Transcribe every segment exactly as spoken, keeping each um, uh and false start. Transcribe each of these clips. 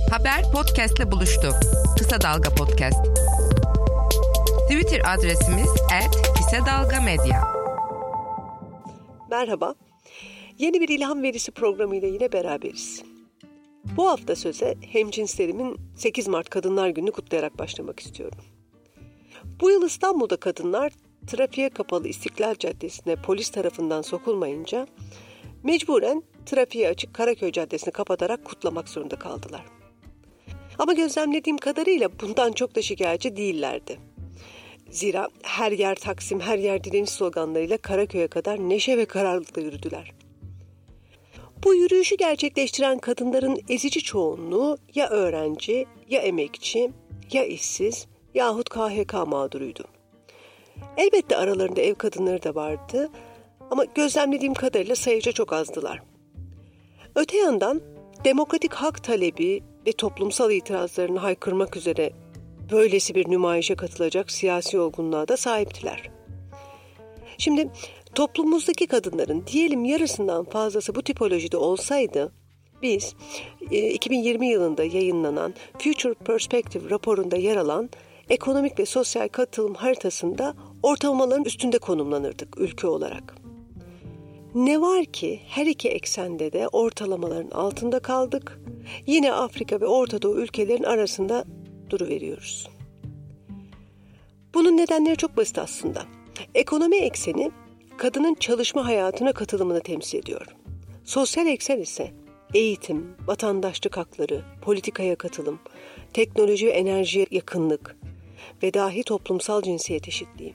Haber podcast'le buluştu. Kısa Dalga Podcast. Twitter adresimiz et kısa dalga medya. Merhaba. Yeni bir ilham verisi programıyla yine beraberiz. Bu hafta söze hemcinslerimin sekiz Mart Kadınlar Günü'nü kutlayarak başlamak istiyorum. Bu yıl İstanbul'da kadınlar trafiğe kapalı İstiklal Caddesi'ne polis tarafından sokulmayınca mecburen trafiğe açık Karaköy Caddesi'ni kapatarak kutlamak zorunda kaldılar. Ama gözlemlediğim kadarıyla bundan çok da şikayetçi değillerdi. Zira her yer Taksim, her yer direniş sloganlarıyla Karaköy'e kadar neşe ve kararlılıkla yürüdüler. Bu yürüyüşü gerçekleştiren kadınların ezici çoğunluğu ya öğrenci, ya emekçi, ya işsiz yahut K H K mağduruydu. Elbette aralarında ev kadınları da vardı ama gözlemlediğim kadarıyla sayıca çok azdılar. Öte yandan demokratik hak talebi ve toplumsal itirazlarını haykırmak üzere böylesi bir nümayişe katılacak siyasi olgunluğa da sahiptiler. Şimdi toplumumuzdaki kadınların diyelim yarısından fazlası bu tipolojide olsaydı biz iki bin yirmi yılında yayınlanan Future Perspective raporunda yer alan ekonomik ve sosyal katılım haritasında ortalamaların üstünde konumlanırdık ülke olarak. Ne var ki her iki eksende de ortalamaların altında kaldık. Yine Afrika ve Orta Doğu ülkelerin arasında duruveriyoruz. Bunun nedenleri çok basit aslında. Ekonomi ekseni kadının çalışma hayatına katılımını temsil ediyor. Sosyal eksen ise eğitim, vatandaşlık hakları, politikaya katılım, teknoloji ve enerjiye yakınlık ve dahi toplumsal cinsiyet eşitliği.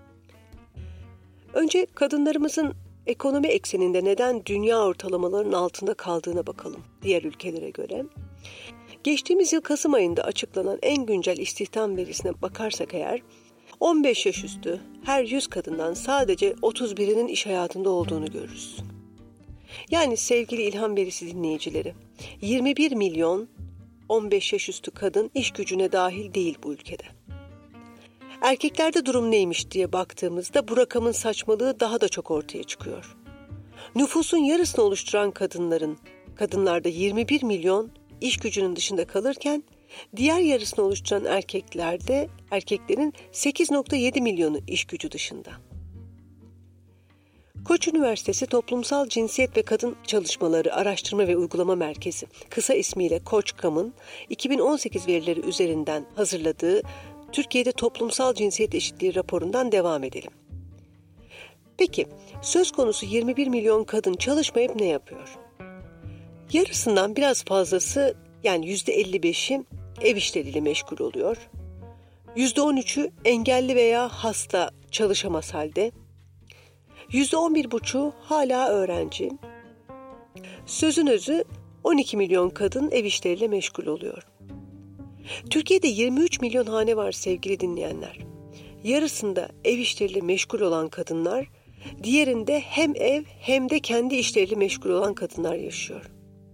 Önce kadınlarımızın ekonomi ekseninde neden dünya ortalamalarının altında kaldığına bakalım diğer ülkelere göre. Geçtiğimiz yıl Kasım ayında açıklanan en güncel istihdam verisine bakarsak eğer, on beş yaş üstü her yüz kadından sadece otuz birinin iş hayatında olduğunu görürüz. Yani sevgili ilham verisi dinleyicileri, yirmi bir milyon on beş yaş üstü kadın iş gücüne dahil değil bu ülkede. Erkeklerde durum neymiş diye baktığımızda bu rakamın saçmalığı daha da çok ortaya çıkıyor. Nüfusun yarısını oluşturan kadınların, kadınlarda yirmi bir milyon iş gücünün dışında kalırken diğer yarısını oluşturan erkeklerde erkeklerin sekiz virgül yedi milyonu iş gücü dışında. Koç Üniversitesi Toplumsal Cinsiyet ve Kadın Çalışmaları Araştırma ve Uygulama Merkezi, kısa ismiyle Koçkam'ın iki bin on sekiz verileri üzerinden hazırladığı Türkiye'de toplumsal cinsiyet eşitliği raporundan devam edelim. Peki, söz konusu yirmi bir milyon kadın çalışmayıp ne yapıyor? Yarısından biraz fazlası, yani yüzde elli beşi ev işleriyle meşgul oluyor. yüzde on üçü engelli veya hasta çalışamaz halde. yüzde on bir buçuğu hala öğrenci. Sözün özü on iki milyon kadın ev işleriyle meşgul oluyor. Türkiye'de yirmi üç milyon hane var sevgili dinleyenler. Yarısında ev işleriyle meşgul olan kadınlar, diğerinde hem ev hem de kendi işleriyle meşgul olan kadınlar yaşıyor.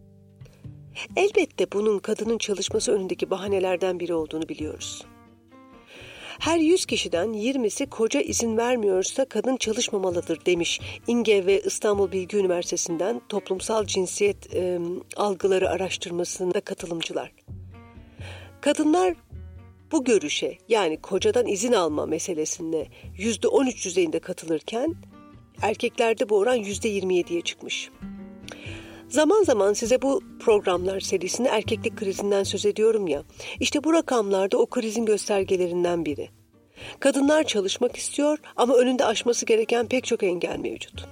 Elbette bunun kadının çalışması önündeki bahanelerden biri olduğunu biliyoruz. Her yüz kişiden yirmisi koca izin vermiyorsa kadın çalışmamalıdır demiş İnge ve İstanbul Bilgi Üniversitesi'nden toplumsal cinsiyet e, algıları araştırmasında katılımcılar. Kadınlar bu görüşe, yani kocadan izin alma meselesine yüzde on üç düzeyinde katılırken erkeklerde bu oran yüzde yirmi yediye çıkmış. Zaman zaman size bu programlar serisinde erkeklik krizinden söz ediyorum ya, işte bu rakamlarda o krizin göstergelerinden biri. Kadınlar çalışmak istiyor ama önünde aşması gereken pek çok engel mevcut.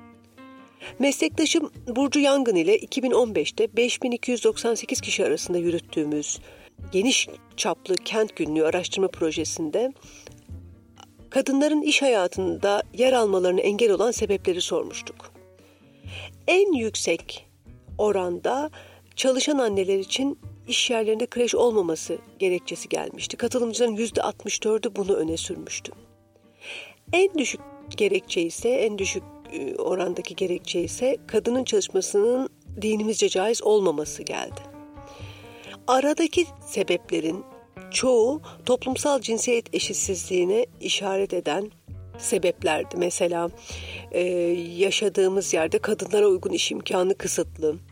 Meslektaşım Burcu Yangın ile iki bin on beşte beş bin iki yüz doksan sekiz kişi arasında yürüttüğümüz geniş çaplı kent günlüğü araştırma projesinde kadınların iş hayatında yer almalarına engel olan sebepleri sormuştuk. En yüksek oranda çalışan anneler için iş yerlerinde kreş olmaması gerekçesi gelmişti. Katılımcıların yüzde altmış dördü bunu öne sürmüştü. En düşük gerekçe ise, en düşük orandaki gerekçe ise kadının çalışmasının dinimizce caiz olmaması geldi. Aradaki sebeplerin çoğu toplumsal cinsiyet eşitsizliğine işaret eden sebeplerdi. Mesela e, yaşadığımız yerde kadınlara uygun iş imkanı kısıtlı,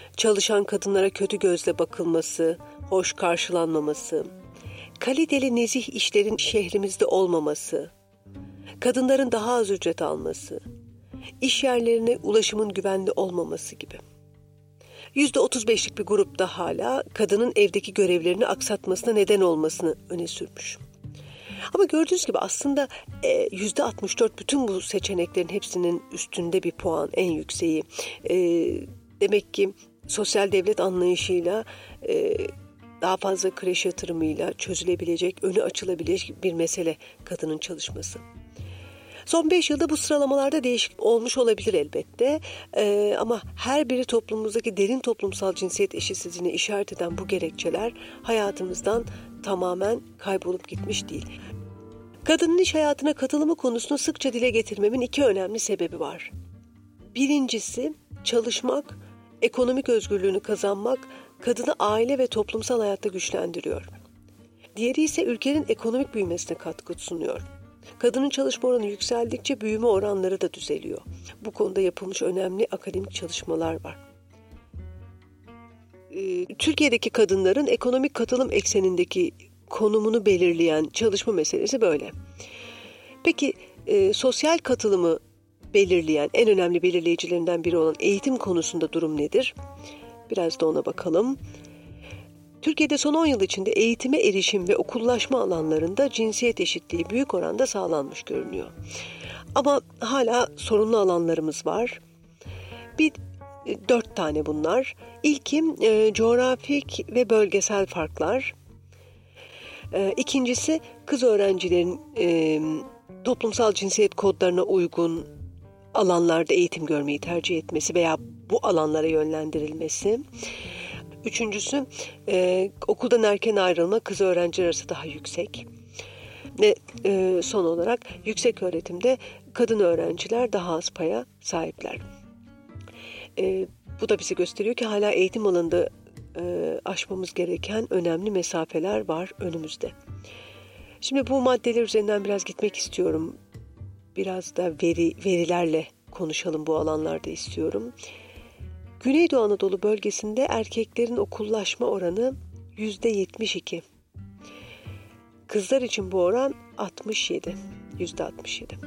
çalışan kadınlara kötü gözle bakılması, hoş karşılanmaması, kaliteli nezih işlerin şehrimizde olmaması, kadınların daha az ücret alması, iş yerlerine ulaşımın güvenli olmaması gibi. yüzde otuz beşlik bir grup da hala kadının evdeki görevlerini aksatmasına neden olmasını öne sürmüş. Ama gördüğünüz gibi aslında yüzde altmış dört bütün bu seçeneklerin hepsinin üstünde bir puan, en yükseği. E, demek ki sosyal devlet anlayışıyla, e, daha fazla kreş yatırımıyla çözülebilecek, önü açılabilecek bir mesele kadının çalışması. Son beş yılda bu sıralamalarda değişiklik olmuş olabilir elbette, ee, ama her biri toplumumuzdaki derin toplumsal cinsiyet eşitsizliğine işaret eden bu gerekçeler hayatımızdan tamamen kaybolup gitmiş değil. Kadının iş hayatına katılımı konusunu sıkça dile getirmemin iki önemli sebebi var. Birincisi, çalışmak, ekonomik özgürlüğünü kazanmak kadını aile ve toplumsal hayatta güçlendiriyor. Diğeri ise ülkenin ekonomik büyümesine katkı sunuyor. Kadının çalışma oranı yükseldikçe büyüme oranları da düzeliyor. Bu konuda yapılmış önemli akademik çalışmalar var. Ee, Türkiye'deki kadınların ekonomik katılım eksenindeki konumunu belirleyen çalışma meselesi böyle. Peki e, sosyal katılımı belirleyen, en önemli belirleyicilerinden biri olan eğitim konusunda durum nedir? Biraz da ona bakalım. Türkiye'de son on yıl içinde eğitime erişim ve okullaşma alanlarında cinsiyet eşitliği büyük oranda sağlanmış görünüyor. Ama hala sorunlu alanlarımız var. Bir dört tane bunlar. İlki e, coğrafik ve bölgesel farklar. E, ikincisi kız öğrencilerin e, toplumsal cinsiyet kodlarına uygun alanlarda eğitim görmeyi tercih etmesi veya bu alanlara yönlendirilmesi. Üçüncüsü e, okuldan erken ayrılma kız öğrenciler arasında daha yüksek. Ve e, son olarak yüksek öğretimde kadın öğrenciler daha az paya sahipler. E, bu da bize gösteriyor ki hala eğitim alanında e, aşmamız gereken önemli mesafeler var önümüzde. Şimdi bu maddeler üzerinden biraz gitmek istiyorum. Biraz da veri verilerle konuşalım bu alanlarda istiyorum. Güneydoğu Anadolu bölgesinde erkeklerin okullaşma oranı yüzde yetmiş iki. Kızlar için bu oran altmış yedi. yüzde altmış yedi.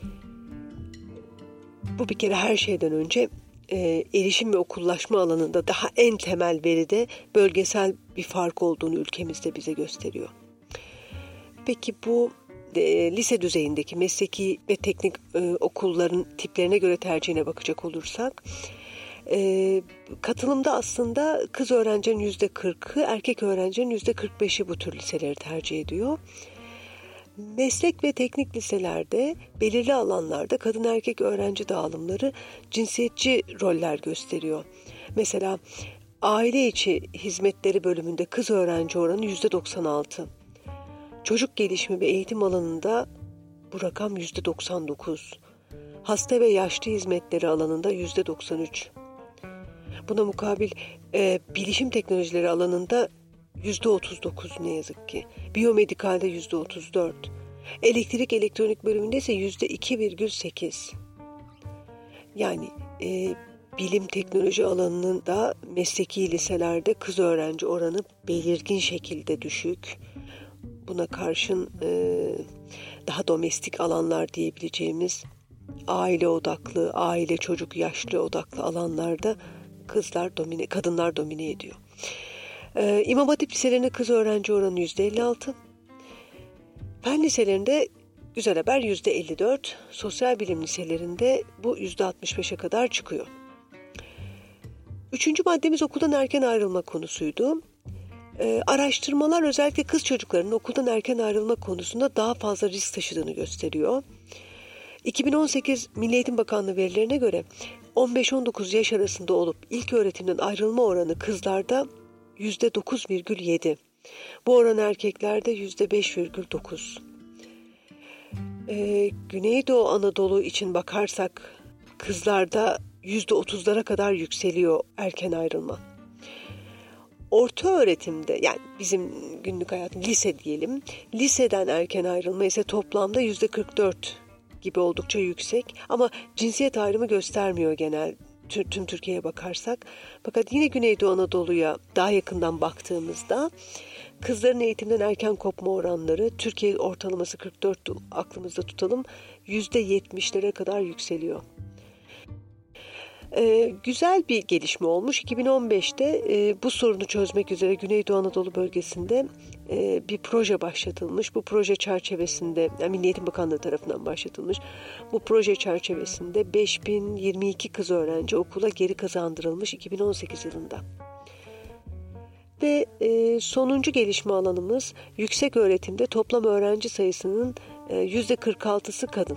Bu bir kere her şeyden önce e, erişim ve okullaşma alanında daha en temel veride bölgesel bir fark olduğunu ülkemizde bize gösteriyor. Peki bu e, lise düzeyindeki mesleki ve teknik e, okulların tiplerine göre tercihine bakacak olursak, e, katılımda aslında kız öğrencilerin yüzde kırkı, erkek öğrencilerin yüzde kırk beşi bu tür liseleri tercih ediyor. Meslek ve teknik liselerde belirli alanlarda kadın erkek öğrenci dağılımları cinsiyetçi roller gösteriyor. Mesela aile içi hizmetleri bölümünde kız öğrenci oranı yüzde doksan altı. Çocuk gelişimi ve eğitim alanında bu rakam yüzde doksan dokuz. Hasta ve yaşlı hizmetleri alanında yüzde doksan üç. Buna mukabil e, bilişim teknolojileri alanında yüzde otuz dokuz ne yazık ki. Biyomedikalde yüzde otuz dört. Elektrik elektronik bölümünde ise yüzde iki virgül sekiz. Yani e, bilim teknoloji alanında mesleki liselerde kız öğrenci oranı belirgin şekilde düşük. Buna karşın e, daha domestik alanlar diyebileceğimiz aile odaklı, aile çocuk yaşlı odaklı alanlarda kızlar domine, kadınlar domine ediyor. Ee, İmam Hatip liselerinde kız öğrenci oranı yüzde elli altı. Fen liselerinde güzel haber yüzde elli dört. Sosyal bilim liselerinde bu yüzde altmış beşe kadar çıkıyor. Üçüncü maddemiz okuldan erken ayrılma konusuydu. Ee, araştırmalar özellikle kız çocuklarının okuldan erken ayrılma konusunda daha fazla risk taşıdığını gösteriyor. iki bin on sekiz Milli Eğitim Bakanlığı verilerine göre on beş on dokuz yaş arasında olup ilk öğretimden ayrılma oranı kızlarda yüzde dokuz virgül yedi. Bu oran erkeklerde yüzde beş virgül dokuz. Ee, Güneydoğu Anadolu için bakarsak kızlarda yüzde otuzlara kadar yükseliyor erken ayrılma. Orta öğretimde, yani bizim günlük hayatım lise diyelim, liseden erken ayrılma ise toplamda yüzde kırk dört gibi oldukça yüksek ama cinsiyet ayrımı göstermiyor genel tüm Türkiye'ye bakarsak. Fakat yine Güneydoğu Anadolu'ya daha yakından baktığımızda kızların eğitimden erken kopma oranları Türkiye ortalaması kırk dört aklımızda tutalım yüzde yetmişlere kadar yükseliyor. Ee, güzel bir gelişme olmuş. iki bin on beşte e, bu sorunu çözmek üzere Güneydoğu Anadolu bölgesinde e, bir proje başlatılmış. Bu proje çerçevesinde, yani Milli Eğitim Bakanlığı tarafından başlatılmış. Bu proje çerçevesinde beş bin yirmi iki kız öğrenci okula geri kazandırılmış iki bin on sekiz yılında. Ve e, sonuncu gelişme alanımız yüksek öğretimde toplam öğrenci sayısının e, yüzde kırk altısı kadın.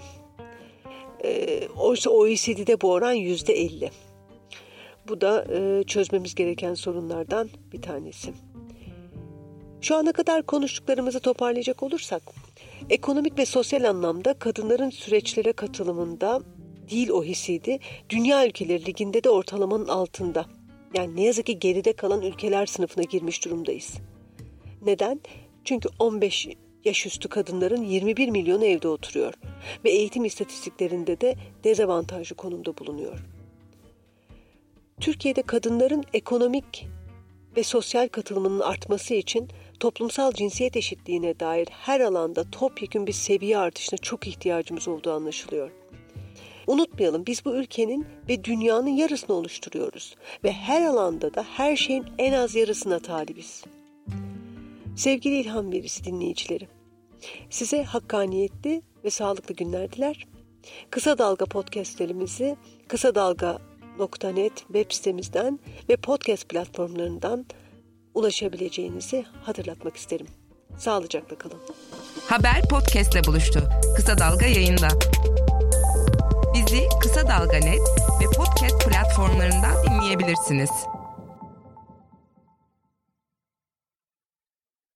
Oysa O E C D'de bu oran yüzde elli. Bu da e, çözmemiz gereken sorunlardan bir tanesi. Şu ana kadar konuştuklarımızı toparlayacak olursak, ekonomik ve sosyal anlamda kadınların süreçlere katılımında değil O E C D, dünya ülkeleri liginde de ortalamanın altında. Yani ne yazık ki geride kalan ülkeler sınıfına girmiş durumdayız. Neden? Çünkü on beş yaş üstü kadınların yirmi bir milyonu evde oturuyor ve eğitim istatistiklerinde de dezavantajlı konumda bulunuyor. Türkiye'de kadınların ekonomik ve sosyal katılımının artması için toplumsal cinsiyet eşitliğine dair her alanda topyekün bir seviye artışına çok ihtiyacımız olduğu anlaşılıyor. Unutmayalım, biz bu ülkenin ve dünyanın yarısını oluşturuyoruz ve her alanda da her şeyin en az yarısına talibiz. Sevgili İlham Verisi dinleyicileri, size hakkaniyetli ve sağlıklı günler diler. Kısa Dalga podcastlerimizi kısadalga nokta net web sitemizden ve podcast platformlarından ulaşabileceğinizi hatırlatmak isterim. Sağlıcakla kalın. Haber podcastle buluştu. Kısa Dalga yayında. Bizi Kısa Dalga nokta net ve podcast platformlarından dinleyebilirsiniz.